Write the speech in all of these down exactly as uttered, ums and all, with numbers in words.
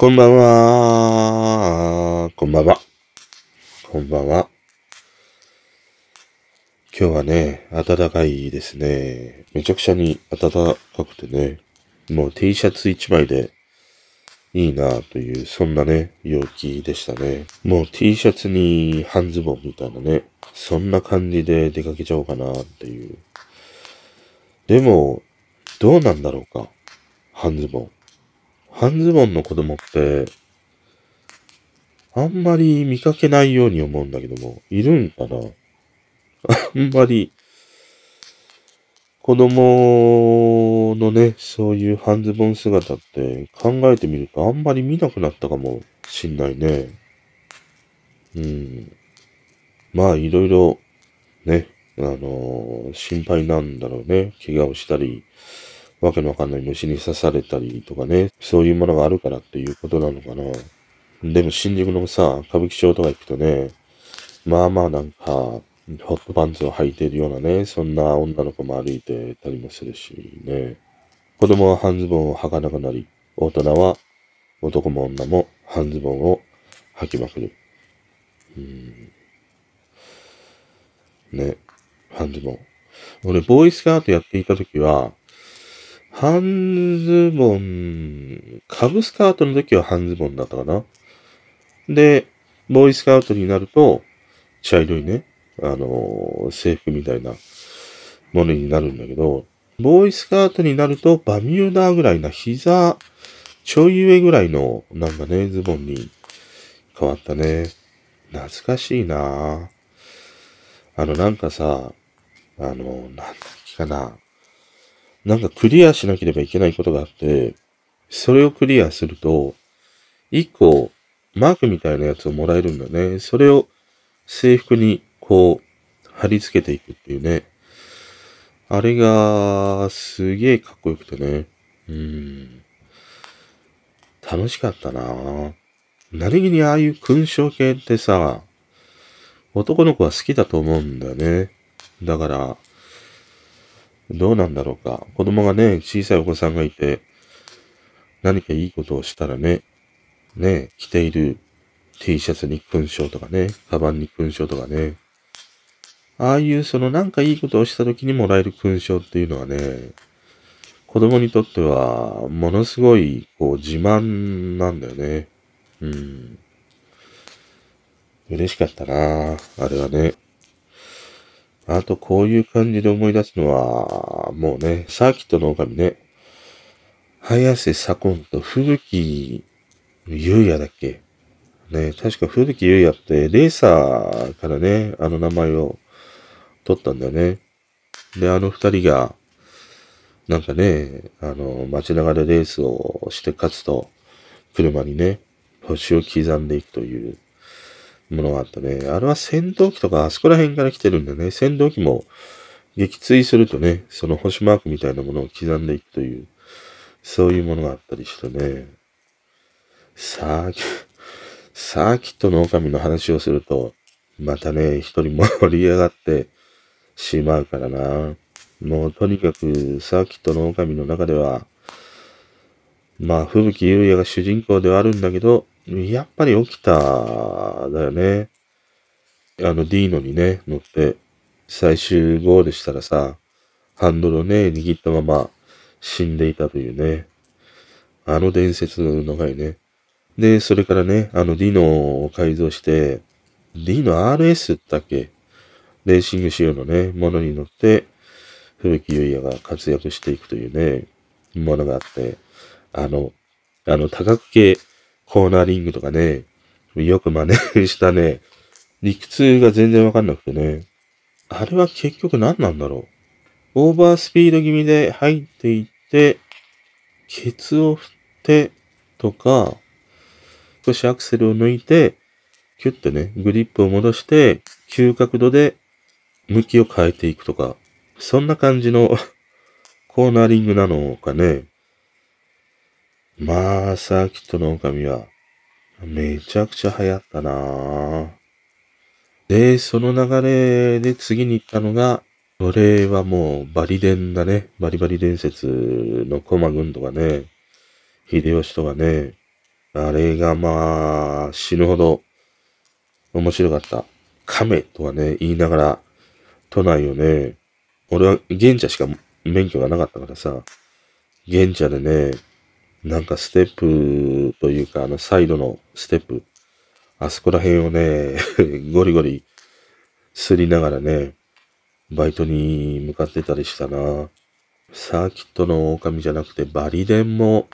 こんばんは。こんばんは。こんばんは。今日はね、暖かいですね。めちゃくちゃに暖かくてね、もう T シャツ一枚でいいなという、そんなね、陽気でしたね。もう T シャツに半ズボンみたいなね、そんな感じで出かけちゃおうかなっていう。でも、どうなんだろうか。半ズボン。半ズボンの子供って、あんまり見かけないように思うんだけども、いるんかな。あんまり、子供のね、そういう半ズボン姿って考えてみるとあんまり見なくなったかもしんないね。うん。まあいろいろね、あのー心配なんだろうね。怪我をしたり、わけのわかんない虫に刺されたりとかね、そういうものがあるからっていうことなのかな。でも新宿のさ、歌舞伎町とか行くとね、まあまあなんか、ホットパンツを履いてるようなね、そんな女の子も歩いてたりもするしね。子供は半ズボンを履かなくなり、大人は男も女も半ズボンを履きまくる。ね。半ズボン。俺、ボーイスカートやっていた時は、半ズボン、カブスカートの時は半ズボンだったかな。で、ボーイスカートになると、茶色いね、あのー制服みたいなものになるんだけど、ボーイスカートになるとバミューダーぐらいな膝ちょい上ぐらいのなんかね、ズボンに変わったね。懐かしいな。あのなんかさ、あの、なんだっけかな。なんかクリアしなければいけないことがあって、それをクリアすると、一個マークみたいなやつをもらえるんだね。それを制服にこう貼り付けていくっていうね。あれがすげえかっこよくてね。うん。楽しかったな。何気にああいう勲章系ってさ、男の子は好きだと思うんだよね。だから、どうなんだろうか。子供がね、小さいお子さんがいて、何かいいことをしたらね、ね、着ている T シャツに勲章とかね、カバンに勲章とかね。ああいうそのなんかいいことをした時にもらえる勲章っていうのはね、子供にとってはものすごいこう自慢なんだよね。うん。嬉しかったなあれはね。あとこういう感じで思い出すのは、もうね、サーキットの狼ね。早瀬左近と古木優也だっけね、確か古木優也ってレーサーからね、あの名前を取ったんだよね。で、あの二人が、なんかね、あの、街中でレースをして勝つと、車にね、星を刻んでいくというものがあったね。あれは戦闘機とかあそこら辺から来てるんだね。戦闘機も撃墜するとね、その星マークみたいなものを刻んでいくという、そういうものがあったりしてね。サーキ、サーキットの狼の話をすると、またね、一人盛り上がってしまうからな。もうとにかくサーキットの狼の中では、まあ、吹雪優也が主人公ではあるんだけど、やっぱり起きただよね。あのディーノにね、乗って、最終ゴールしたらさ、ハンドルをね、握ったまま死んでいたというね。あの伝説の回ね。で、それからね、あのディノを改造して、ディノ アールエス だっけレーシング仕様のね、ものに乗って、古木優也が活躍していくというね、ものがあって、あの、あの多角形コーナーリングとかね、よく真似したね、理屈が全然わかんなくてね、あれは結局何なんだろう。オーバースピード気味で入っていって、ケツを振ってとか、少しアクセルを抜いて、キュッてね、グリップを戻して、急角度で向きを変えていくとか、そんな感じのコーナーリングなのかね。まあ、サーキットの狼は、めちゃくちゃ流行ったなぁ。で、その流れで次に行ったのが、これはもうバリ伝だね。バリバリ伝説のコマ軍とかね、秀吉とかね。 あれがまあ、死ぬほど面白かった。亀とはね、言いながら、都内をね、俺は現茶しか免許がなかったからさ、現茶でね、なんかステップというか、あのサイドのステップ、あそこら辺をね、ゴリゴリすりながらね、バイトに向かってたりしたな。サーキットの狼じゃなくてバリデンも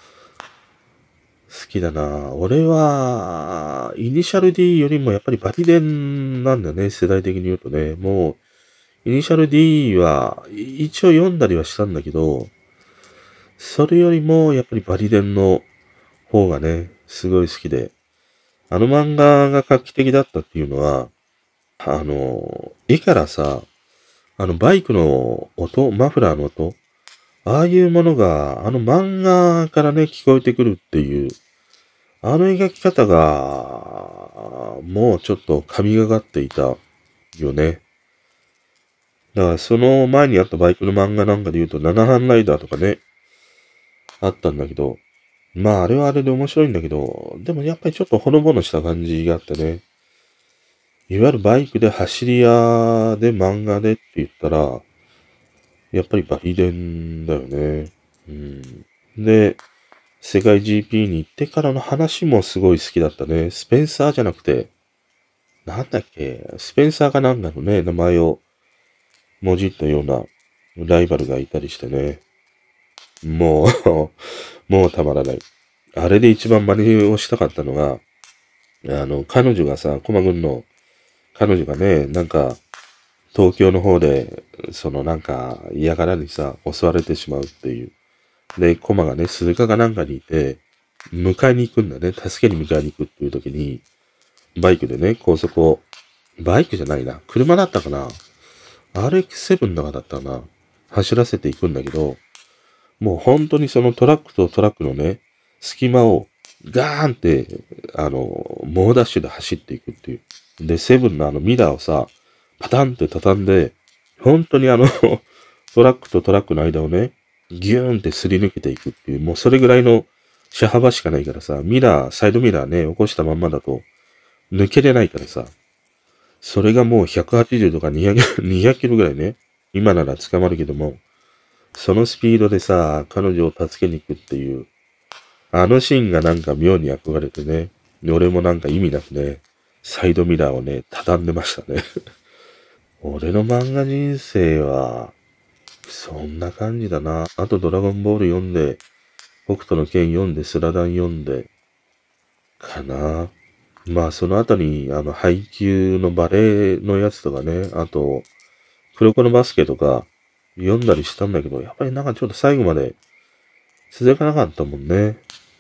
好きだな。俺は、イニシャル D よりもやっぱりバリデンなんだよね、世代的に言うとね。もう、イニシャル D は一応読んだりはしたんだけど、それよりもやっぱりバリデンの方がね、すごい好きで。あの漫画が画期的だったっていうのは、あの、絵からさ、あのバイクの音、マフラーの音、ああいうものが、あの漫画からね、聞こえてくるっていう、あの描き方が、もうちょっと神がかっていたよね。だからその前にあったバイクの漫画なんかで言うと、ナナハンライダーとかね、あったんだけど、まああれはあれで面白いんだけど、でもやっぱりちょっとほのぼのした感じがあってね、いわゆるバイクで走り屋で漫画でって言ったら、やっぱりバリデンだよね。うん。で、世界 ジーピー に行ってからの話もすごい好きだったね。スペンサーじゃなくて、なんだっけ、スペンサーかなんだろうね、名前をもじったようなライバルがいたりしてね。もうもうたまらない。あれで一番真似をしたかったのが、あの、彼女がさ、コマ軍の彼女がね、なんか、東京の方で、そのなんか、嫌がらにさ、襲われてしまうっていう。で、コマがね、鈴鹿かなんかにいて、迎えに行くんだね。助けに迎えに行くっていう時に、バイクでね、高速を、バイクじゃないな。車だったかな ?アールエックスセブン とかだったかな走らせていくんだけど、もう本当にそのトラックとトラックのね、隙間をガーンって、あの、猛ダッシュで走っていくっていう。で、セブンのあのミラーをさ、パタンって畳んで、本当にあのトラックとトラックの間をね、ギューンってすり抜けていくっていう、もうそれぐらいの車幅しかないからさ、ミラー、サイドミラーね、起こしたまんまだと、抜けれないからさ、それがもうひゃくはちじゅうとかにひゃく、にひゃくキロぐらいね、今なら捕まるけども、そのスピードでさ、彼女を助けに行くっていう、あのシーンがなんか妙に憧れてね、俺もなんか意味なくね、サイドミラーをね、畳んでましたね。俺の漫画人生は、そんな感じだな。あとドラゴンボール読んで、北斗の拳読んで、スラダン読んで、かな。まあその後に、あの、配給のバレエのやつとかね、あと、黒子のバスケとか読んだりしたんだけど、やっぱりなんかちょっと最後まで続かなかったもんね。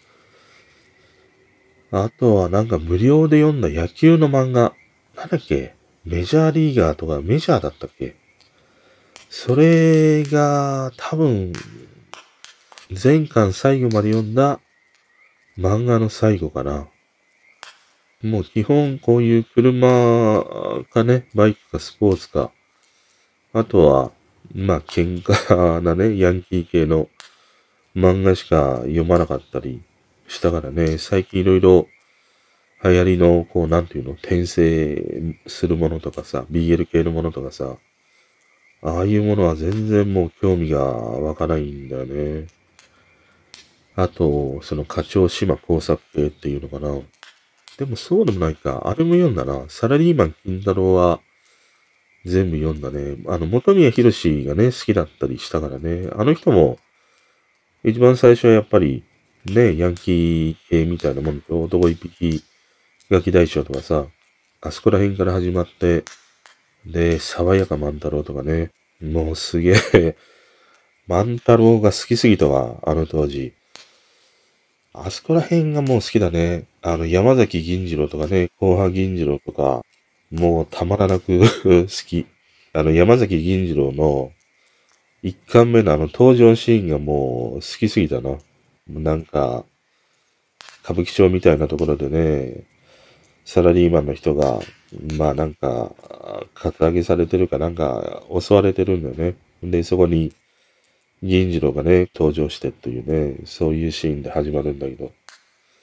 あとはなんか無料で読んだ野球の漫画。なんだっけメジャーリーガーとかメジャーだったっけそれが多分前巻最後まで読んだ漫画の最後かな。もう基本こういう車かね、バイクかスポーツか。あとは、まあ喧嘩なね、ヤンキー系の漫画しか読まなかったりしたからね、最近いろいろ流行りの、こう、なんていうの、転生するものとかさ、ビーエル 系のものとかさ、ああいうものは全然もう興味が湧かないんだよね。あと、その課長島工作系っていうのかな。でもそうでもないか。あれも読んだな。サラリーマン金太郎は全部読んだね。あの、元宮博士がね、好きだったりしたからね。あの人も、一番最初はやっぱり、ね、ヤンキー系みたいなもんと、男一匹ガキ大将とかさ、あそこら辺から始まって、で、爽やか万太郎とかね、もうすげえ万太郎が好きすぎたわ、あの当時。あそこら辺がもう好きだね。あの、山崎銀次郎とかね、後半銀次郎とか、もうたまらなく好き。あの、山崎銀次郎の一巻目のあの登場シーンがもう好きすぎたな。なんか、歌舞伎町みたいなところでね、サラリーマンの人が、まあなんか、カツアゲされてるかなんか襲われてるんだよね。で、そこに銀次郎がね、登場してというね、そういうシーンで始まるんだけど。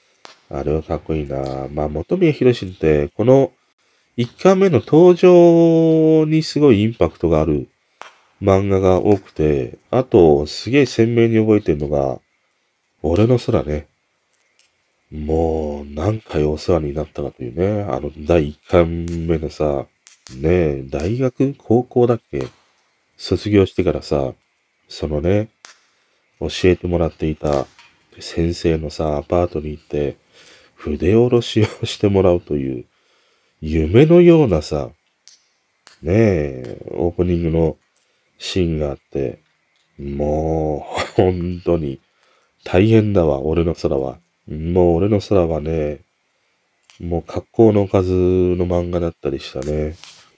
あれはかっこいいな。まあ、本宮博って、このいっかんめの登場にすごいインパクトがある漫画が多くて、あと、すげえ鮮明に覚えてるのが、俺の空ね。もう、何回お世話になったかというね。あの、だいいっかんめのさ、ねえ、大学高校だっけ卒業してからさ、そのね、教えてもらっていた先生のさ、アパートに行って、筆下ろしをしてもらうという、夢のようなさ、ねえ、オープニングのシーンがあって、もう、本当に、大変だわ、俺の空は。もう俺の空はね、もう格好の数の漫画だったりしたね。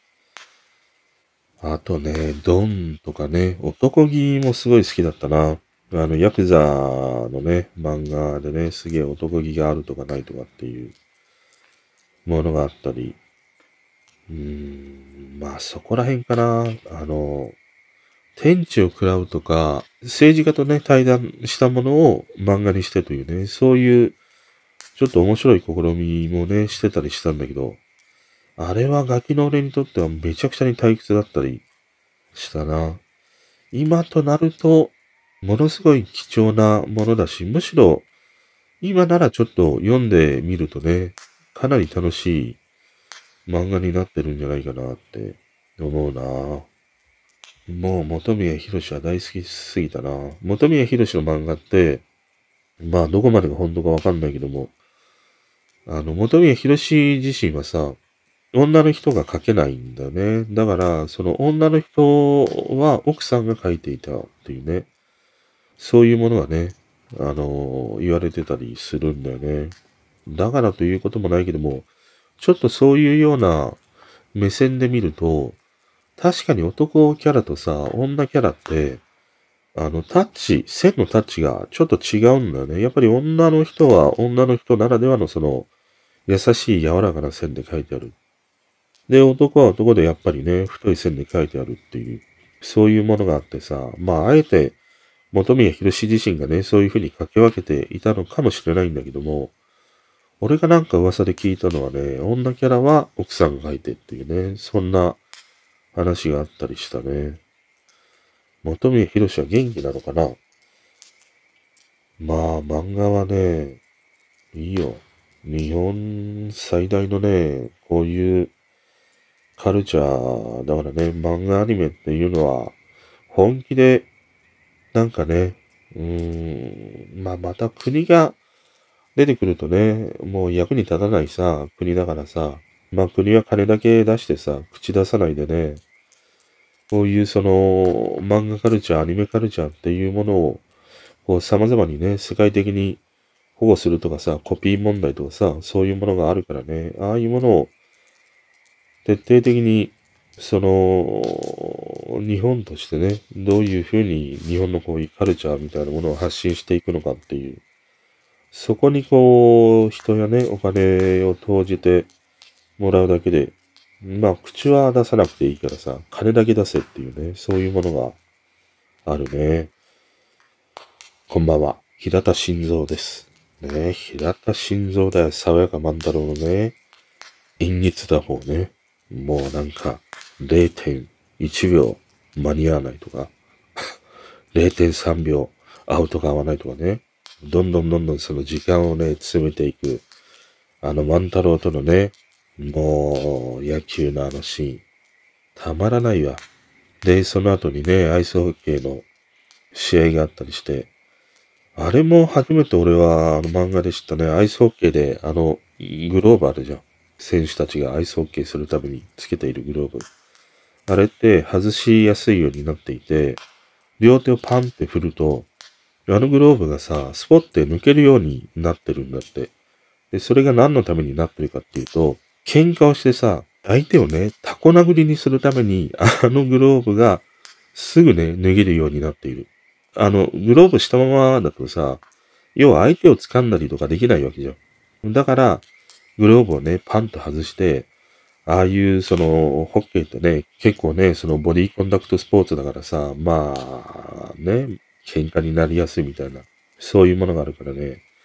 あとね、ドンとかね、男気もすごい好きだったな。あの、ヤクザのね、漫画でね、すげえ男気があるとかないとかっていうものがあったり。うーん、まあそこら辺かな。あの、天地を喰らうとか、政治家とね、対談したものを漫画にしてというね、そういう、ちょっと面白い試みもね、してたりしたんだけど、あれはガキの俺にとってはめちゃくちゃに退屈だったりしたな。今となると、ものすごい貴重なものだし、むしろ、今ならちょっと読んでみるとね、かなり楽しい漫画になってるんじゃないかなって思うな。もう、本宮博は大好きすぎたな。本宮博の漫画って、まあ、どこまでが本当かわかんないけども、あの、本宮博自身はさ、女の人が描けないんだよね。だから、その女の人は奥さんが描いていたっていうね。そういうものがね、あの、言われてたりするんだよね。だからということもないけども、ちょっとそういうような目線で見ると、確かに男キャラとさ、女キャラって、あの、タッチ、線のタッチがちょっと違うんだよね。やっぱり女の人は女の人ならではのその、優しい柔らかな線で描いてある。で、男は男でやっぱりね、太い線で描いてあるっていう、そういうものがあってさ、まあ、あえて、本宮博自身がね、そういう風に掛け分けていたのかもしれないんだけども、俺がなんか噂で聞いたのはね、女キャラは奥さんが描いてっていうね、そんな話があったりしたね。本宮博は元気なのかな。まあ、漫画はね、いいよ。日本最大のね、こういうカルチャー、だからね、漫画アニメっていうのは、本気で、なんかね、うーん、まあまた国が出てくるとね、もう役に立たないさ、国だからさ、まあ国は金だけ出してさ、口出さないでね、こういうその漫画カルチャー、アニメカルチャーっていうものを、こう様々にね、世界的に保護するとかさ、コピー問題とかさ、そういうものがあるからね、ああいうものを徹底的に、その、日本としてね、どういうふうに日本のこういうカルチャーみたいなものを発信していくのかっていう、そこにこう、人やね、お金を投じてもらうだけで、まあ、口は出さなくていいからさ、金だけ出せっていうね、そういうものがあるね。こんばんは、平田晋三です。ね、平田晋三だよ、爽やか万太郎のね、隠逸打法ね。もうなんか、れいてんいちびょう間に合わないとか、れいてんさんびょうアウトが合わないとかね。どんどんどんどんその時間をね、詰めていく。あの万太郎とのね、もう野球のあのシーン、たまらないわ。で、その後にね、アイスホッケーの試合があったりして、あれも初めて俺はあの漫画で知ったね、アイスホッケーであのグローブあるじゃん。選手たちがアイスホッケーするためにつけているグローブ。あれって外しやすいようになっていて、両手をパンって振ると、あのグローブがさ、スポッて抜けるようになってるんだって。で、それが何のためになってるかっていうと、喧嘩をしてさ、相手をね、タコ殴りにするために、あのグローブがすぐね、脱げるようになっている。あの、グローブしたままだとさ、要は相手を掴んだりとかできないわけじゃん。だから、グローブをね、パンと外して、ああいうその、ホッケーってね、結構ね、そのボディコンタクトスポーツだからさ、まあ、ね、喧嘩になりやすいみたいな、そういうものがあるからね。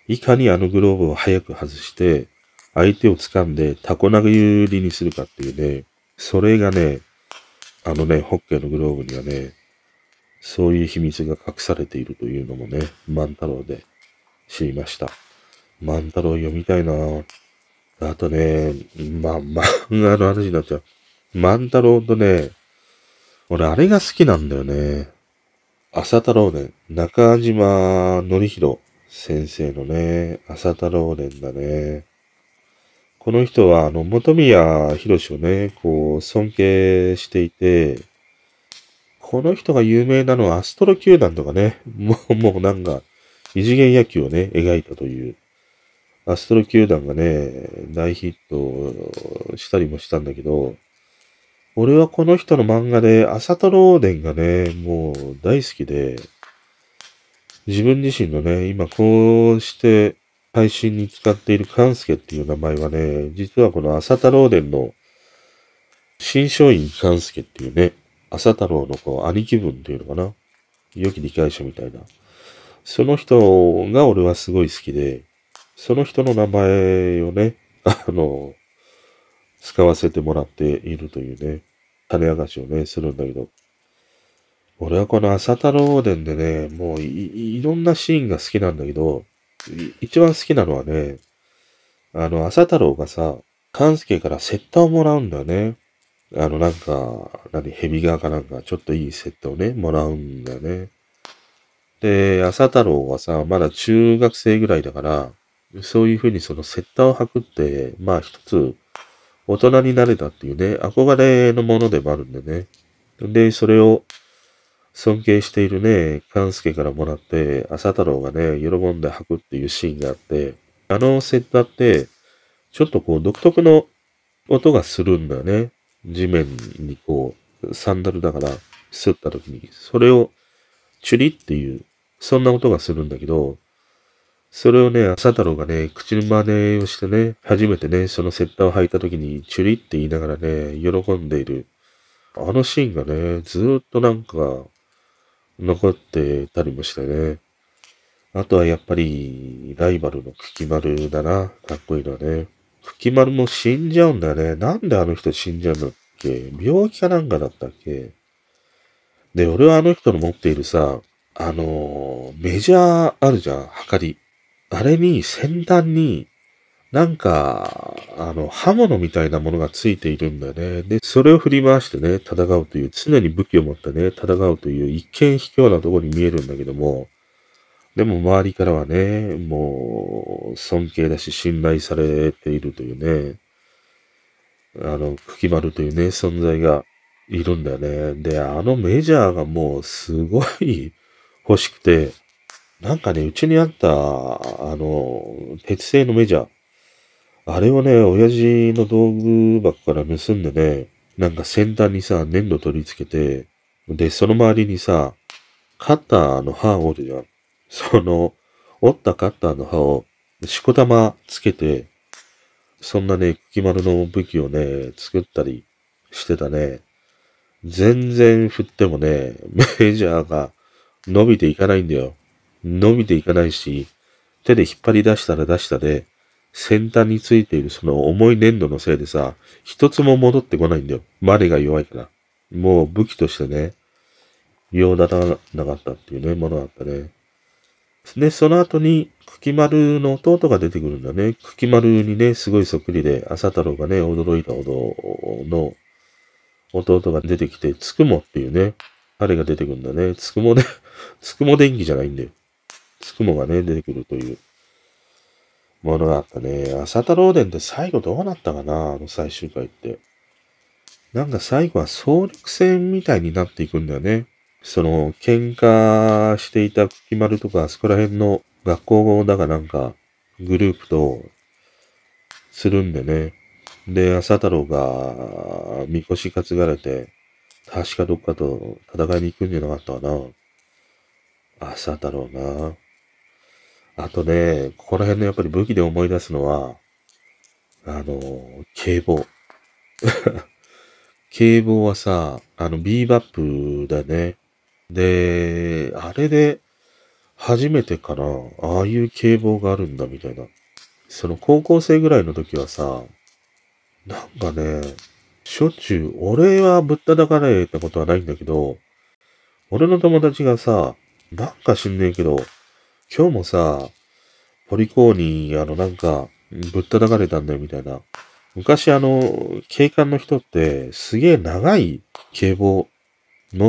いかにあのグローブを早く外して、相手を掴んでタコ殴りにするかっていうね、それがね、あのね、ホッケーのグローブにはね、そういう秘密が隠されているというのもね、万太郎で知りました。万太郎読みたいなぁ。あとね、まあ、漫画の話になっちゃう。万太郎とね、俺あれが好きなんだよね。朝太郎伝。中島則弘先生のね、朝太郎伝だね。この人は、あの、本宮博をね、こう、尊敬していて、この人が有名なのはアストロ球団とかね、もう、もうなんか、異次元野球をね、描いたという、アストロ球団がね、大ヒットしたりもしたんだけど、俺はこの人の漫画で、朝太郎伝がね、もう大好きで、自分自身のね、今こうして配信に使っている勘介っていう名前はね、実はこの朝太郎伝の新松院勘介っていうね、朝太郎のこう兄貴分っていうのかな。良き理解者みたいな。その人が俺はすごい好きで、その人の名前をね、あの、使わせてもらっているというね、種明かしをね、するんだけど、俺はこの朝太郎伝でね、もうい、いろんなシーンが好きなんだけど、一番好きなのはね、あの、朝太郎がさ、勘介からセッターをもらうんだよね。あの、なんか、何、蛇側かなんか、ちょっといいセットをね、もらうんだよね。で、朝太郎はさ、まだ中学生ぐらいだから、そういうふうにそのセッターを履くって、まあ一つ、大人になれたっていうね、憧れのものでもあるんでね。で、それを尊敬しているね、勘介からもらって、朝太郎がね、喜んで履くっていうシーンがあって、あのセッターって、ちょっとこう独特の音がするんだよね。地面にこう、サンダルだから、擦った時に、それを、チュリっていう、そんな音がするんだけど、それをね、朝太郎がね、口真似をしてね、初めてね、そのセッターを履いた時に、チュリって言いながらね、喜んでいる。あのシーンがね、ずーっとなんか、残ってたりもしてね。あとはやっぱり、ライバルのクキマルだな。かっこいいのはね。クキマルも死んじゃうんだよね。なんであの人死んじゃうんだっけ？病気かなんかだったっけ？で、俺はあの人の持っているさ、あのー、メジャーあるじゃん、はかり。あれに先端になんか、あの、刃物みたいなものがついているんだよね。で、それを振り回してね、戦うという、常に武器を持ってね、戦うという一見卑怯なところに見えるんだけども、でも周りからはね、もう尊敬だし信頼されているというね、あの、クキマルというね、存在がいるんだよね。で、あのメジャーがもうすごい欲しくて、なんかね、うちにあった、あの、鉄製のメジャー、あれをね、親父の道具箱から盗んでね、なんか先端にさ、粘土取り付けて、で、その周りにさ、カッターの刃を折るじゃん。その、折ったカッターの刃を、しこたまつけて、そんなね、クキマルの武器をね、作ったりしてたね。全然振ってもね、メジャーが伸びていかないんだよ。伸びていかないし、手で引っ張り出したら出したで、先端についているその重い粘土のせいでさ、一つも戻ってこないんだよ。マネが弱いから。もう武器としてね、用立たなかったっていうね、ものがあったね。で、その後に、クキマルの弟が出てくるんだね。クキマルにね、すごいそっくりで、朝太郎がね、驚いたほどの弟が出てきて、つくもっていうね、彼が出てくるんだね。つくもね、つくも電気じゃないんだよ。つくもがね、出てくるというものがあったね。朝太郎伝って最後どうなったかな、あの最終回って。なんか最後は総力戦みたいになっていくんだよね。その、喧嘩していたクキマルとか、あそこら辺の学校だかなんか、グループと、するんでね。で、朝太郎が、みこし担がれて、確かどっかと戦いに行くんじゃなかったかな。朝太郎な。あとね、ここら辺のやっぱり武器で思い出すのは、あの、警棒。警棒はさ、あの、ビーバップだね。で、あれで、 初めてかな、ああいう警棒があるんだみたいな。その高校生ぐらいの時はさ、なんかね、しょっちゅう、俺はぶったたかれたことはないんだけど、俺の友達がさ、なんか知んねえけど、今日もさ、ポリコーに、あの、なんか、ぶったたかれたんだよ、みたいな。昔、あの、警官の人って、すげえ長い警棒持って、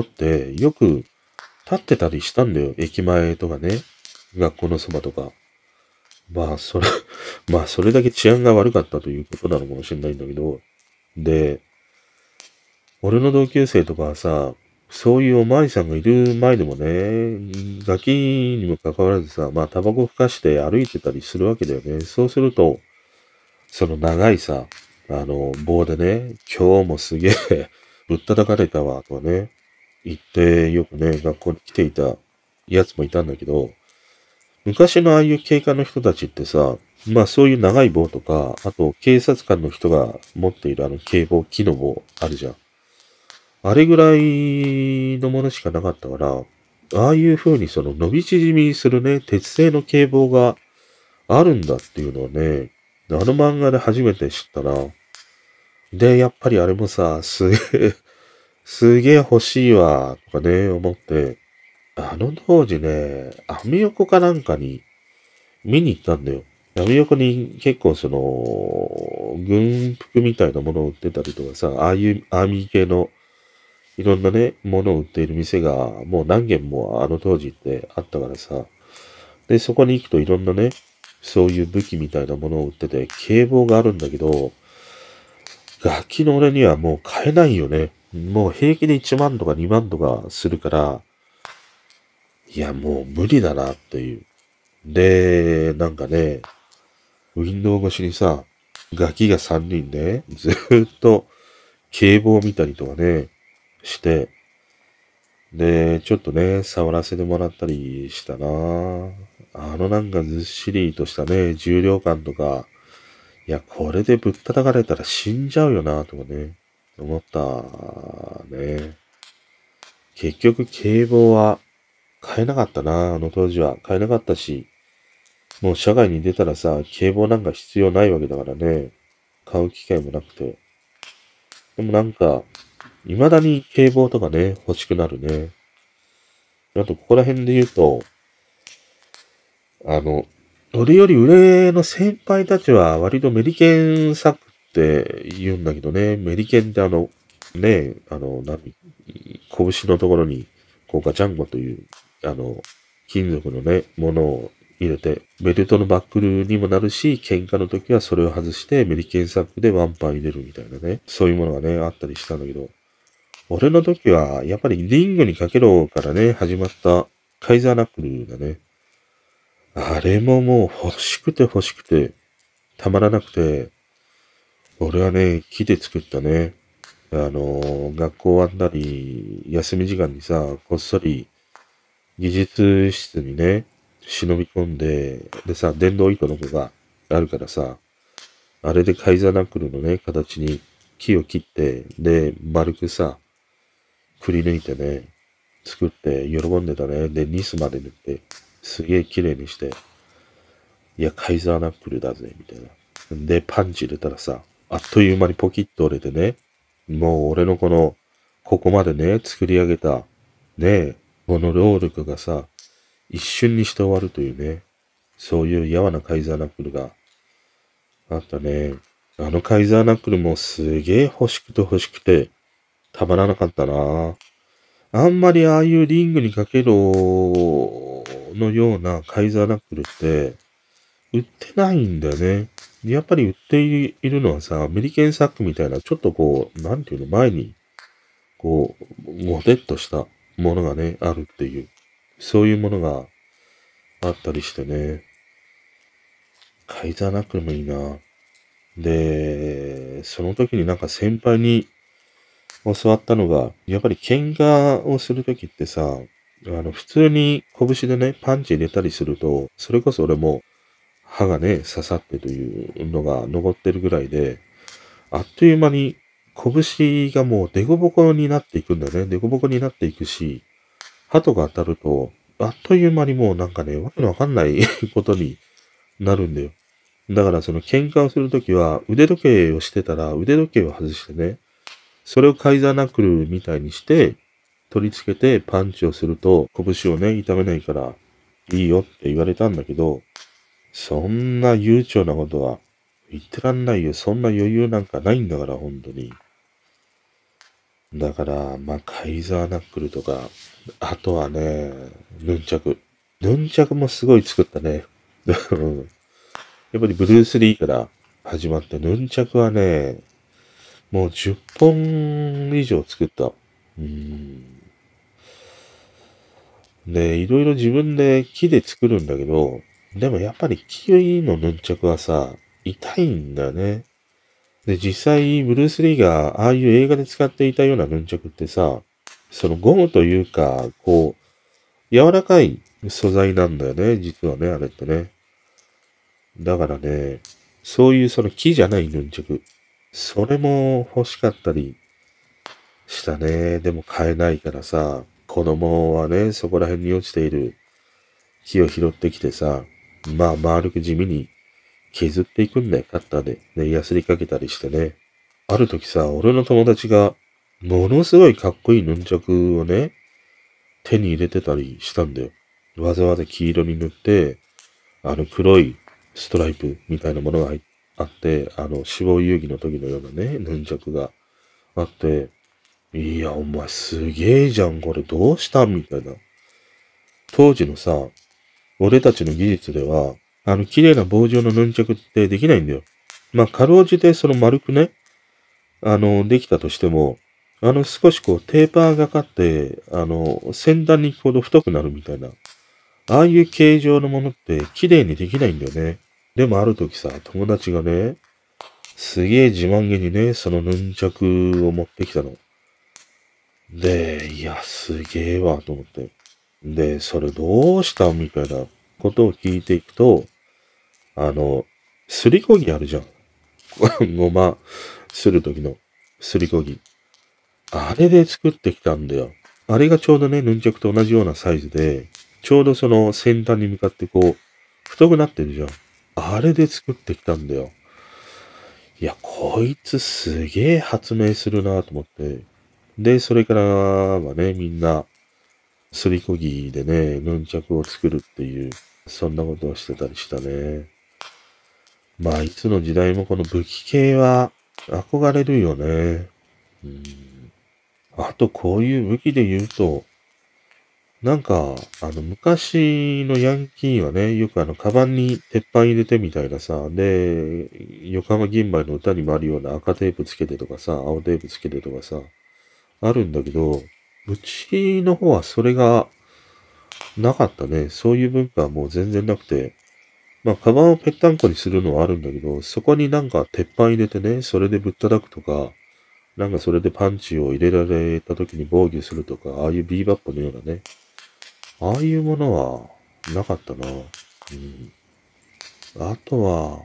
よく立ってたりしたんだよ。駅前とかね。学校のそばとか。まあ、それまあ、それだけ治安が悪かったということなのかもしれないんだけど。で、俺の同級生とかはさ、そういうおまわりさんがいる前でもね、ガキにもかかわらずさ、まあ、タバコふかして歩いてたりするわけだよね。そうすると、その長いさ、あの、棒でね、今日もすげえぶったたかれたわ、とかね、言ってよくね、学校に来ていたやつもいたんだけど、昔のああいう警官の人たちってさ、まあそういう長い棒とか、あと警察官の人が持っているあの警棒、木の棒あるじゃん。あれぐらいのものしかなかったから、ああいう風にその伸び縮みするね、鉄製の警棒があるんだっていうのをね、あの漫画で初めて知ったな。で、やっぱりあれもさ、すげえ、すげえ欲しいわ、とかね、思って、あの当時ね、アメ横かなんかに見に行ったんだよ。アメ横に結構その、軍服みたいなものを売ってたりとかさ、ああいうアーミー系のいろんなね、ものを売っている店がもう何軒もあの当時ってあったからさ。で、そこに行くといろんなね、そういう武器みたいなものを売ってて、警棒があるんだけど、楽器の俺にはもう買えないよね。もう平気でいちまんとかにまんとかするから、いやもう無理だなっていう。で、なんかね、ウィンドウ越しにさ、ガキがさんにんで、ずーっと警棒を見たりとかね、して、で、ちょっとね、触らせてもらったりしたな。あのなんかずっしりとしたね、重量感とか、いや、これでぶったたかれたら死んじゃうよな、とかね、思ったね。結局、警棒は買えなかったな、あの当時は。買えなかったし、もう社外に出たらさ、警棒なんか必要ないわけだからね、買う機会もなくて。でもなんか、未だに警棒とかね、欲しくなるね。あと、ここら辺で言うと、あの、俺より上の先輩たちは割とメリケンサックって言うんだけどね、メリケンってあの、ね、あの、何、拳のところに、こうガチャンコという、あの、金属のね、ものを入れて、ベルトのバックルにもなるし、喧嘩の時はそれを外してメリケンサックでワンパン入れるみたいなね、そういうものがね、あったりしたんだけど、俺の時は、やっぱりリングにかけろからね、始まったカイザーナックルだね。あれももう欲しくて欲しくて、たまらなくて、俺はね、木で作ったね。あの、学校終わったり、休み時間にさ、こっそり技術室にね、忍び込んで、でさ、電動糸の子があるからさ、あれでカイザーナックルのね、形に木を切って、で、丸くさ、くり抜いてね、作って喜んでたね。で、ニスまで塗って、すげえ綺麗にして、いや、カイザーナックルだぜ、みたいな。で、パンチ入れたらさ、あっという間にポキッと折れてね、もう俺のこの、ここまでね、作り上げた、ね、この労力がさ、一瞬にして終わるというね、そういうやわなカイザーナックルがあったね。あのカイザーナックルもすげえ欲しくて欲しくて、たまらなかったな。あんまりああいうリングにかけろのようなカイザーナックルって、売ってないんだよね。やっぱり売っているのはさ、アメリケンサックみたいな、ちょっとこう、なんていうの、前に、こう、ごてっとしたものがね、あるっていう、そういうものがあったりしてね。カイザーナックルもいいな。で、その時になんか先輩に教わったのが、やっぱり喧嘩をする時ってさ、あの、普通に拳でね、パンチ入れたりすると、それこそ俺も歯がね、刺さってというのが残ってるぐらいで、あっという間に拳がもうデコボコになっていくんだよね。デコボコになっていくし、歯とか当たると、 あっという間にもうなんかね、わけのわかんないことになるんだよ。だからその喧嘩をするときは、腕時計をしてたら、腕時計を外してね、それをカイザーナックルみたいにして、取り付けてパンチをすると、拳をね、痛めないから、いいよって言われたんだけど、そんな悠長なことは言ってらんないよ。そんな余裕なんかないんだから、本当に。だから、まあ、カイザーナックルとか、あとはね、ヌンチャク。ヌンチャクもすごい作ったね。やっぱりブルース・リーから始まって、ヌンチャクはね、もうじゅっぽん以上作った。うーん。で、いろいろ自分で木で作るんだけど、でもやっぱり木のヌンチャクはさ、痛いんだよね。で、実際、ブルース・リーがああいう映画で使っていたようなヌンチャクってさ、そのゴムというか、こう、柔らかい素材なんだよね、実はね、あれってね。だからね、そういうその木じゃないヌンチャク。それも欲しかったりしたね。でも買えないからさ、子供はね、そこら辺に落ちている木を拾ってきてさ、まあ丸く地味に削っていくんだよ、カッターで。ね、ヤスリかけたりしてね。ある時さ、俺の友達が、ものすごいかっこいいヌンチャクをね、手に入れてたりしたんだよ。わざわざ黄色に塗って、あの黒いストライプみたいなものがあって、あの死亡遊戯の時のようなね、ヌンチャクがあって、いや、お前すげえじゃん、これどうしたんみたいな。当時のさ、俺たちの技術では、あの綺麗な棒状のヌンチャクってできないんだよ。まあ、かろうじてその丸くね、あの、できたとしても、あの、少しこう、テーパーがかって、あの、先端に行くほど太くなるみたいな。ああいう形状のものって綺麗にできないんだよね。でもある時さ、友達がね、すげえ自慢げにね、そのヌンチャクを持ってきたの。で、いや、すげえわ、と思って。で、それどうしたみたいなことを聞いていくと、あの、すりこぎあるじゃん。ごまする時のすりこぎ。あれで作ってきたんだよ。あれがちょうどね、ヌンチャクと同じようなサイズで、ちょうどその先端に向かってこう、太くなってるじゃん。あれで作ってきたんだよ。いや、こいつすげえ発明するなと思って。で、それからはね、みんな、すりこぎでね、ヌンチャクを作るっていう、そんなことをしてたりしたね。まあ、いつの時代もこの武器系は憧れるよね。うん、あと、こういう武器で言うと、なんか、あの、昔のヤンキーはね、よくあの、カバンに鉄板入れてみたいなさ、で、横浜銀杯の歌にもあるような赤テープつけてとかさ、青テープつけてとかさ、あるんだけど、うちの方はそれがなかったね。そういう文化はもう全然なくて、まあ、カバンをぺったんこにするのはあるんだけど、そこになんか鉄板入れてね、それでぶったたくとか、なんかそれでパンチを入れられた時に防御するとか、ああいうビーバップのようなね、ああいうものはなかったな。うん。あとは、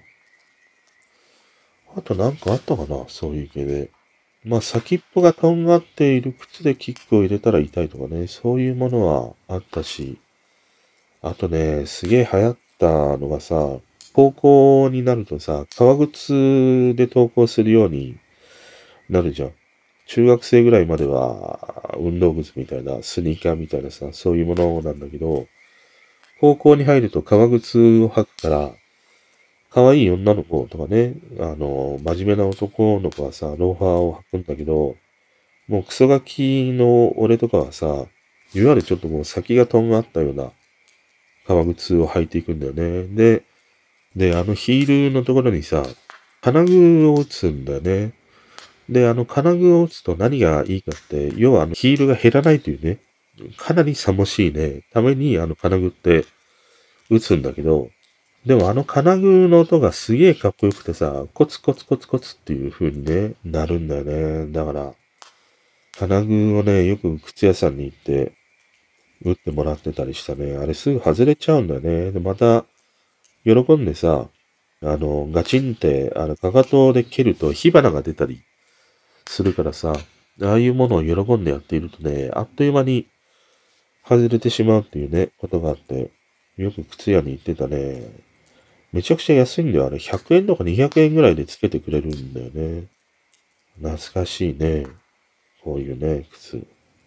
あとなんかあったかな、そういう系で。まあ先っぽがとんがっている靴でキックを入れたら痛いとかね、そういうものはあったし、あとね、すげえ流行ったのがさ、高校になるとさ、革靴で登校するようになるじゃん。中学生ぐらいまでは運動靴みたいな、スニーカーみたいなさ、そういうものなんだけど、高校に入ると革靴を履くから、可愛い女の子とかね、あの、真面目な男の子はさ、ローファーを履くんだけど、もうクソガキの俺とかはさ、いわゆるちょっともう先がとんがったような革靴を履いていくんだよね。で、で、あのヒールのところにさ、金具を打つんだよね。で、あの金具を打つと何がいいかって、要はあのヒールが減らないというね、かなりさもしいね、ためにあの金具って打つんだけど、でもあの金具の音がすげえかっこよくてさ、コツコツコツコツっていう風にね、なるんだよね。だから、金具をね、よく靴屋さんに行って打ってもらってたりしたね。あれすぐ外れちゃうんだよね。で、また、喜んでさ、あの、ガチンって、あの、かかとで蹴ると火花が出たりするからさ、ああいうものを喜んでやっているとね、あっという間に外れてしまうっていうね、ことがあって、よく靴屋に行ってたね。めちゃくちゃ安いんだよ。あれ、ひゃくえんとかにひゃくえんぐらいでつけてくれるんだよね。懐かしいね。こういうね、靴。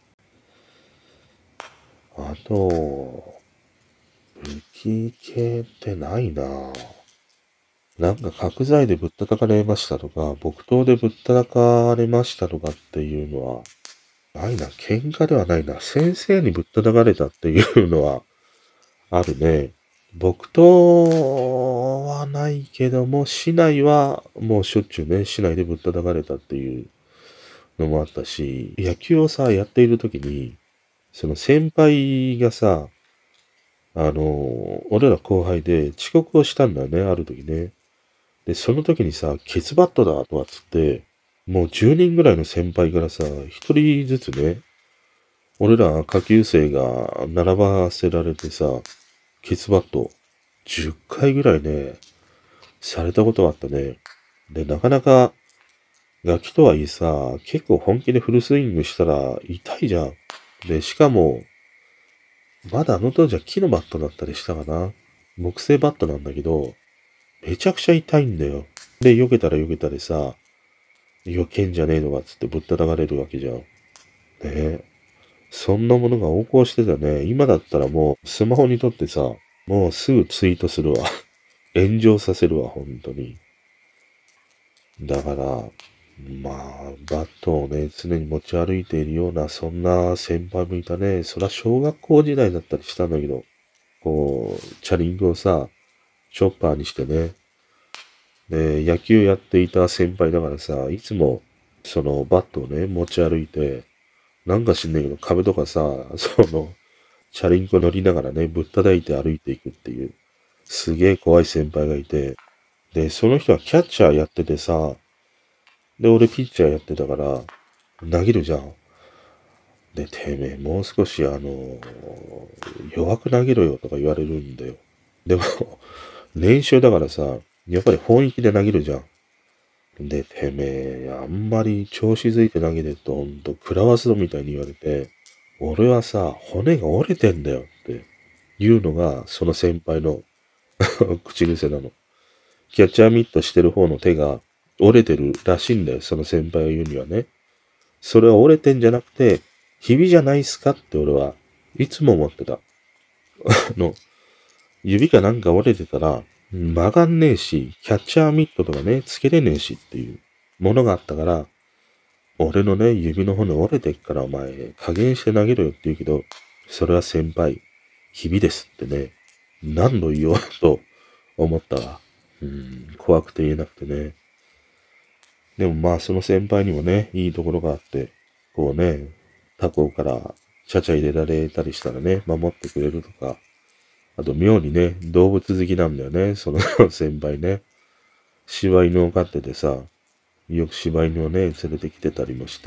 あと、武器系ってないな。なんか角材でぶったたかれましたとか、木刀でぶったたかれましたとかっていうのは、ないな。喧嘩ではないな。先生にぶったたかれたっていうのはあるね。木刀はないけども、市内はもうしょっちゅうね、市内でぶったたかれたっていうのもあったし、野球をさ、やっている時に、その先輩がさ、あの、俺ら後輩で遅刻をしたんだよね、ある時ね。で、その時にさ、ケツバットだとかっつって、もうじゅうにんぐらいの先輩からさ、ひとりずつね、俺ら下級生が並ばせられてさ、ケツバットじゅっかいぐらいね、されたことがあったね。で、なかなかガキとはいえさ、結構本気でフルスイングしたら痛いじゃん。で、しかも、まだあの当時は木のバットだったりしたかな。木製バットなんだけど、めちゃくちゃ痛いんだよ。で、避けたら避けたでさ、避けんじゃねえのかっつってぶったたかれるわけじゃん。ねえ。そんなものが横行してたね。今だったらもうスマホに撮ってさ、もうすぐツイートするわ。炎上させるわ、本当に。だから、まあ、バットをね、常に持ち歩いているような、そんな先輩もいたね。そら小学校時代だったりしたんだけど、こう、チャリンコをさ、チョッパーにしてね、で、野球やっていた先輩だからさ、いつも、そのバットをね、持ち歩いて、なんか知んないけど、壁とかさ、その、チャリンコ乗りながらね、ぶったたいて歩いていくっていう、すげえ怖い先輩がいて、で、その人はキャッチャーやっててさ、で、俺ピッチャーやってたから、投げるじゃん。で、てめえ、もう少しあの、弱く投げろよとか言われるんだよ。でも、練習だからさ、やっぱり本気で投げるじゃん。で、てめえ、あんまり調子づいて投げてると、ほんと、食らわすぞみたいに言われて、俺はさ、骨が折れてんだよっていうのが、その先輩の口癖なの。キャッチャーミットしてる方の手が折れてるらしいんだよ、その先輩が言うにはね。それは折れてんじゃなくて、ひびじゃないっすかって俺はいつも思ってた。あの、指かなんか折れてたら、曲がんねえし、キャッチャーミットとかね、つけれねえしっていうものがあったから、俺のね、指の骨折れてっからお前、加減して投げろよって言うけど、それは先輩、ひびですってね、何度言おうと思ったわ。うん、怖くて言えなくてね。でもまあ、その先輩にもね、いいところがあって、こうね、他校からちゃちゃ入れられたりしたらね、守ってくれるとか、あと妙にね、動物好きなんだよね、その先輩ね。柴犬を飼っててさ、よく柴犬をね、連れてきてたりもして。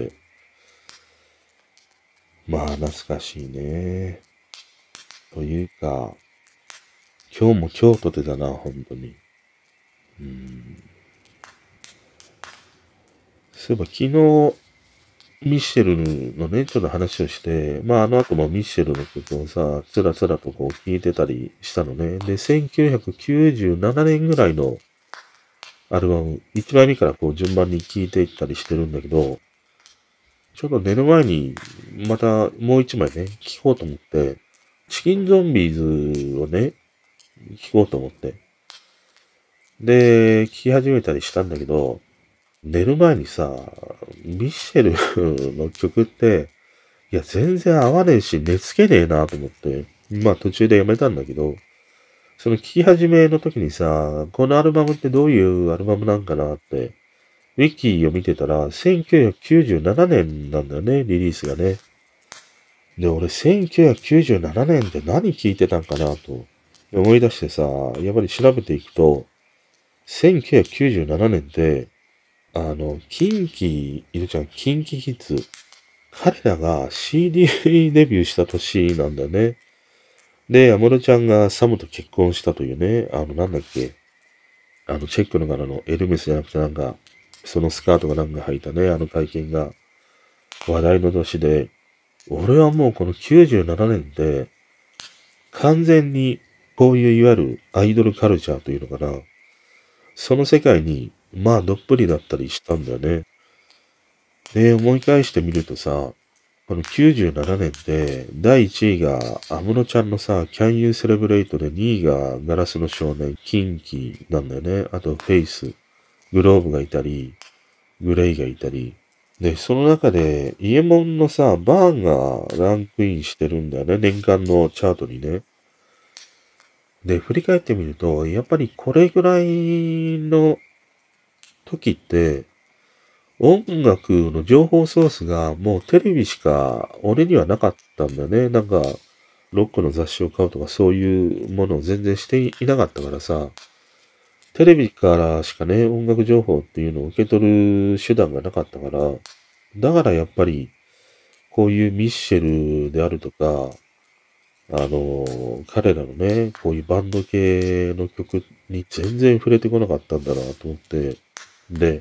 まあ、懐かしいね。というか、今日も京都でだな、本当に。うん。そういえば昨日、ミッシェルのね、ちょっと話をして、まああの後もミッシェルの曲をさ、つらつらとこう聴いてたりしたのね。で、せんきゅうひゃくきゅうじゅうななねんぐらいのアルバム、いちまいめからこう順番に聴いていったりしてるんだけど、ちょっと寝る前にまたもういちまいね、聴こうと思って、チキンゾンビーズをね、聴こうと思って。で、聴き始めたりしたんだけど、寝る前にさ、ミッシェルの曲って、いや、全然合わねえし、寝つけねえなと思って、まあ途中でやめたんだけど、その聴き始めの時にさ、このアルバムってどういうアルバムなんかなって、ウィキを見てたら、せんきゅうひゃくきゅうじゅうななねんなんだよね、リリースがね。で、俺せんきゅうひゃくきゅうじゅうななねんって何聴いてたんかなと思い出してさ、やっぱり調べていくと、せんきゅうひゃくきゅうじゅうななねんって、あの、キンキいるじゃん、キンキキッズ。彼らが シーディー デビューした年なんだよね。で、安室ちゃんがサムと結婚したというね、あの、なんだっけ、あの、チェックの柄のエルメスじゃなくてなんか、そのスカートがなんか履いたね、あの会見が話題の年で、 俺はもうこのきゅうじゅうななねんで、完全にこういういわゆるアイドルカルチャーというのかな。その世界に、まあどっぷりだったりしたんだよね。で、思い返してみるとさ、このきゅうじゅうななねんで、だいいちいが安室ちゃんのさ、Can You Celebrate でにいがガラスの少年、キンキなんだよね。あとフェイス、グローブがいたり、グレイがいたり。で、その中で、イエモンのさ、バーンがランクインしてるんだよね。年間のチャートにね。で、振り返ってみると、やっぱりこれぐらいの時って、音楽の情報ソースがもうテレビしか俺にはなかったんだよね。なんか、ロックの雑誌を買うとかそういうものを全然していなかったからさ、テレビからしかね、音楽情報っていうのを受け取る手段がなかったから、だからやっぱり、こういうミッシェルであるとか、あの、彼らのね、こういうバンド系の曲に全然触れてこなかったんだなと思って、で、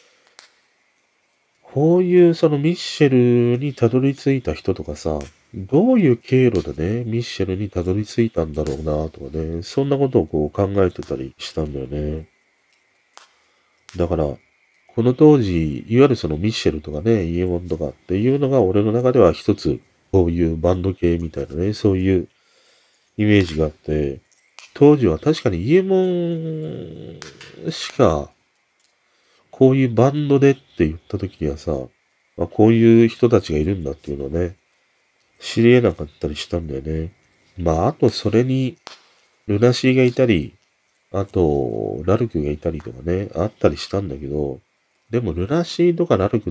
こういうそのミッシェルにたどり着いた人とかさ、どういう経路でね、ミッシェルにたどり着いたんだろうなとかね、そんなことをこう考えてたりしたんだよね。だから、この当時、いわゆるそのミッシェルとかね、イエモンとかっていうのが俺の中では一つ、こういうバンド系みたいなね、そういうイメージがあって、当時は確かにイエモンしか、こういうバンドでって言った時にはさ、あ、こういう人たちがいるんだっていうのをね、知り得なかったりしたんだよね。まあ、あとそれに、ルナシーがいたり、あと、ラルクがいたりとかね、あったりしたんだけど、でもルナシーとかラルクって、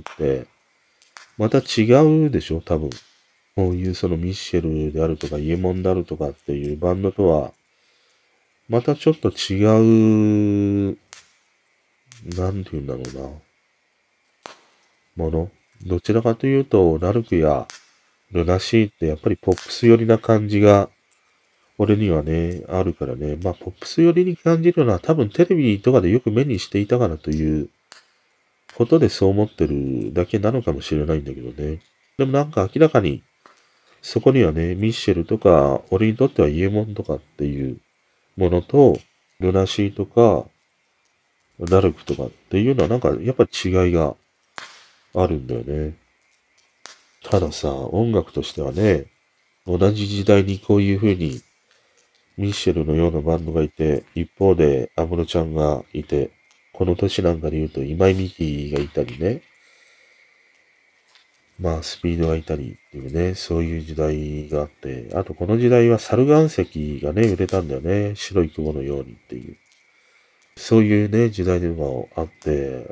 また違うでしょ、多分。こういうそのミッシェルであるとか、イエモンであるとかっていうバンドとは、またちょっと違う、なんて言うんだろうな、もの。どちらかというと、ラルクやルナシーってやっぱりポップス寄りな感じが、俺にはね、あるからね。まあ、ポップス寄りに感じるのは多分テレビとかでよく目にしていたからということでそう思ってるだけなのかもしれないんだけどね。でもなんか明らかに、そこにはね、ミッシェルとか、俺にとってはイエモンとかっていうものと、ルナシーとか、ラルクとかっていうのはなんかやっぱ違いがあるんだよね。たださ、音楽としてはね、同じ時代にこういう風にミッシェルのようなバンドがいて、一方で安室ちゃんがいて、この年なんかで言うと今井美樹がいたりね、まあスピードがいたりっていうね、そういう時代があって、あとこの時代は猿岩石がね、売れたんだよね。白い雲のようにっていう。そういうね、時代でもあって、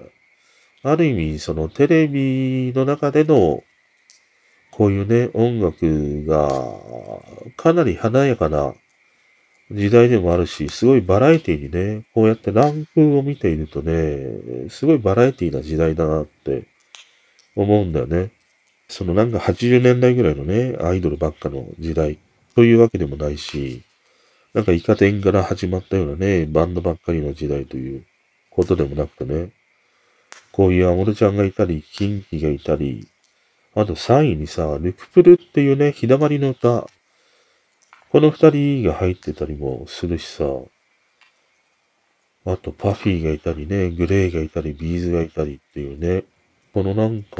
ある意味、そのテレビの中での、こういうね、音楽が、かなり華やかな時代でもあるし、すごいバラエティにね、こうやってランクを見ているとね、すごいバラエティな時代だなって思うんだよね。そのなんかはちじゅうねんだいぐらいのね、アイドルばっかの時代というわけでもないし、なんかイカ天から始まったようなね、バンドばっかりの時代ということでもなくてね、こういうアモルちゃんがいたり、キンキがいたり、あとさんいにさ、ルクプルっていうね、日だまりの歌、この二人が入ってたりもするしさ、あとパフィーがいたりね、グレイがいたり、ビーズがいたりっていうね、このなんか、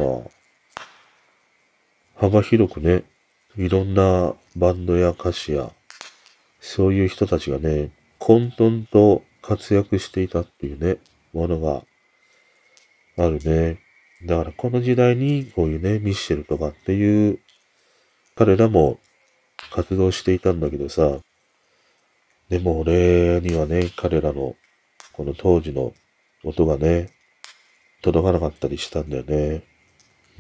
幅広くね、いろんなバンドや歌手や、そういう人たちがね、混沌と活躍していたっていうね、ものがあるね。だからこの時代にこういうね、ミッシェルとかっていう彼らも活動していたんだけどさ、でも俺にはね、彼らのこの当時の音がね、届かなかったりしたんだよね。うん。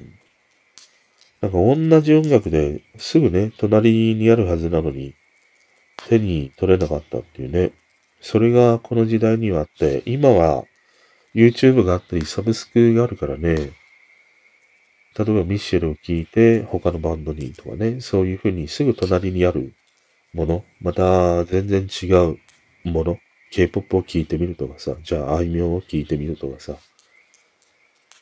なんか同じ音楽ですぐね、隣にあるはずなのに手に取れなかったっていうね。それがこの時代にはあって、今は YouTube があったりサブスクがあるからね、例えばミッシェルを聴いて他のバンドにとかね、そういう風にすぐ隣にあるもの、また全然違うもの、K-ポップ を聴いてみるとかさ、じゃああいみょんを聴いてみるとかさ、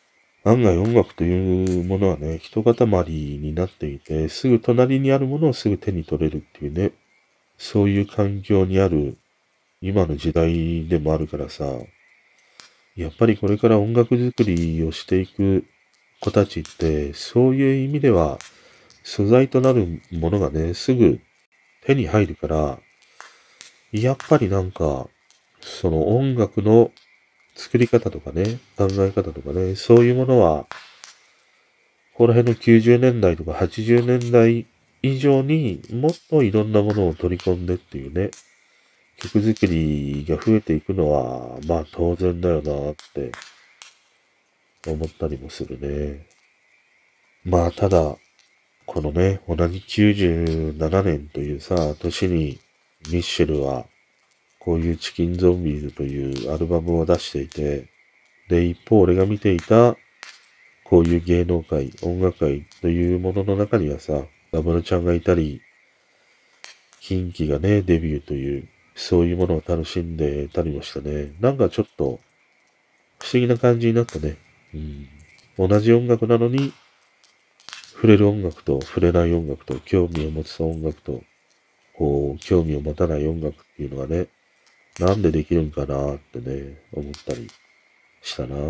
案外音楽というものはね、一塊になっていて、すぐ隣にあるものをすぐ手に取れるっていうね、そういう環境にある今の時代でもあるからさ、やっぱりこれから音楽作りをしていく子たちって、そういう意味では、素材となるものがね、すぐ手に入るから、やっぱりなんか、その音楽の作り方とかね、考え方とかね、そういうものは、この辺のきゅうじゅうねんだいとかはちじゅうねんだい以上にもっといろんなものを取り込んでっていうね、曲作りが増えていくのは、まあ当然だよなって思ったりもするね。まあただ、このね、同じきゅうじゅうななねんというさ、年にミッシェルはこういうチキンゾンビーズというアルバムを出していて、で、一方俺が見ていたこういう芸能界、音楽界というものの中にはさ、ダブルちゃんがいたり、キンキがね、デビューという、そういうものを楽しんでたりもしてね、なんかちょっと不思議な感じになったね。うん。同じ音楽なのに、触れる音楽と触れない音楽と興味を持つ音楽と、こう、興味を持たない音楽っていうのがね、なんでできるんかなってね、思ったりしたな。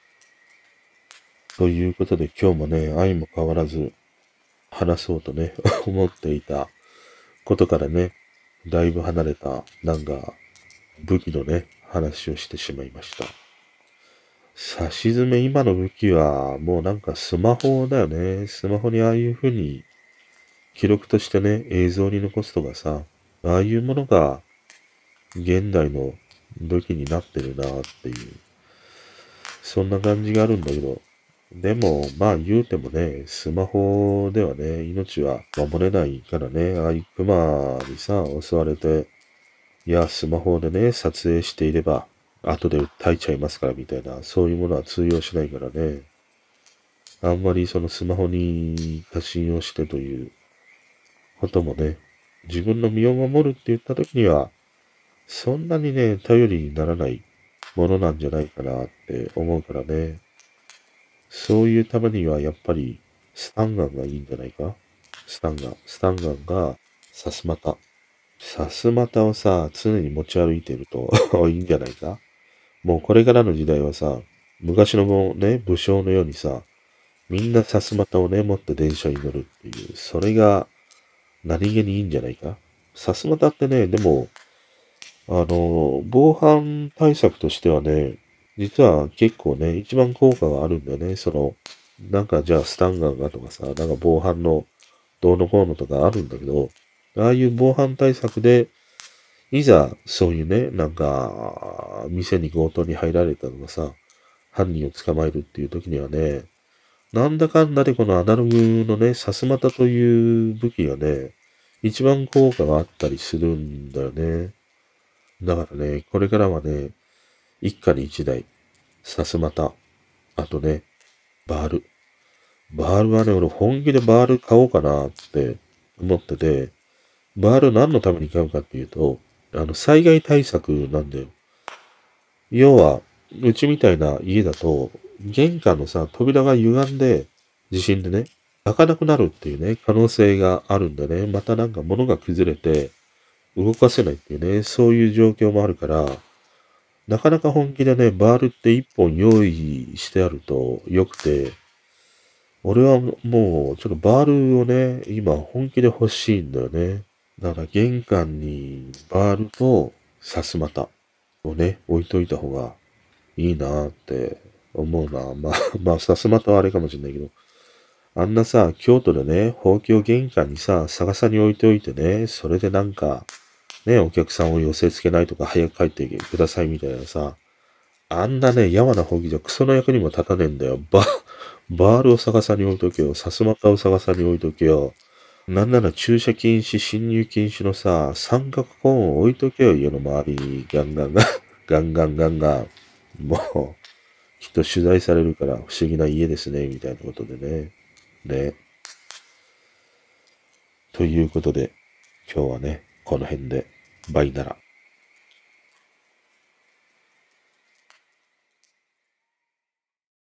ということで今日もね、相も変わらず話そうとね、思っていたことからね、だいぶ離れた、なんか、武器のね、話をしてしまいました。さしずめ今の武器は、もうなんかスマホだよね。スマホにああいう風に記録としてね、映像に残すとかさ、ああいうものが現代の武器になってるなっていう、そんな感じがあるんだけど、でも、まあ言うてもね、スマホではね、命は守れないからね、ああいう熊にさ、襲われて、いや、スマホでね、撮影していれば、後で訴えちゃいますからみたいな、そういうものは通用しないからね。あんまりそのスマホに過信をしてということもね、自分の身を守るって言った時には、そんなにね、頼りにならないものなんじゃないかなって思うからね。そういうためにはやっぱりスタンガンがいいんじゃないか。スタンガン。スタンガンがさすまた。さすまたをさ、常に持ち歩いてるといいんじゃないか。もうこれからの時代はさ、昔のね、武将のようにさ、みんなさすまたをね、持って電車に乗るっていう、それが何気にいいんじゃないか。さすまたってね、でも、あの、防犯対策としてはね、実は結構ね、一番効果があるんだよね。その、なんかじゃあスタンガンがとかさ、なんか防犯のどうのこうのとかあるんだけど、ああいう防犯対策で、いざそういうね、なんか、店に強盗に入られたとかさ、犯人を捕まえるっていう時にはね、なんだかんだでこのアナログのね、さすまたという武器がね、一番効果があったりするんだよね。だからね、これからはね、一家に一台、さすまた、あとね、バール。バールはね、俺本気でバール買おうかなって思ってて、バール何のために買うかっていうと、あの、災害対策なんだよ。要は、うちみたいな家だと、玄関のさ、扉が歪んで、地震でね、開かなくなるっていうね、可能性があるんだね。またなんか物が崩れて、動かせないっていうね、そういう状況もあるから、なかなか本気でね、バールって一本用意してあると良くて、俺はもうちょっとバールをね、今本気で欲しいんだよね。だから玄関にバールとさすまたをね、置いといた方がいいなって思うな。まあ、まあ、さすまたはあれかもしれないけど、あんなさ、京都でね、ほうきを玄関にさ、逆さに置いておいてね、それでなんか、ね、お客さんを寄せ付けないとか早く帰ってくださいみたいなさ、あんなね、やわなほうきじゃクソの役にも立たねえんだよ。バ、バールを逆さに置いとけよ。さすまたを逆さに置いとけよ。なんなら駐車禁止、進入禁止のさ、三角コーンを置いとけよ、家の周りに。ガンガンガン、ガンガンガンガン。もう、きっと取材されるから不思議な家ですね、みたいなことでね。ね。ということで、今日はね、この辺で、バイなら。